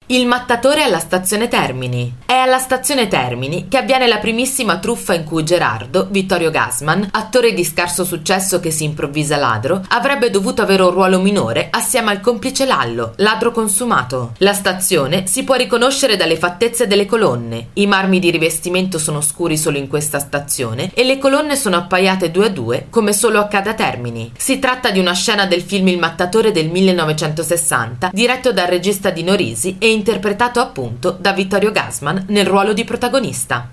Il mattatore alla stazione Termini. È alla stazione Termini che avviene la primissima truffa in cui Gerardo, Vittorio Gassman, attore di scarso successo che si improvvisa ladro, avrebbe dovuto avere un ruolo minore assieme al complice Lallo, ladro consumato. La stazione si può riconoscere dalle fattezze delle colonne. I marmi di rivestimento sono scuri solo in questa stazione e le colonne sono appaiate due a due come solo accade a Termini. Si tratta di una scena del film Il mattatore del 1960, diretto dal regista Dino Risi e interpretato appunto da Vittorio Gassman nel ruolo di protagonista.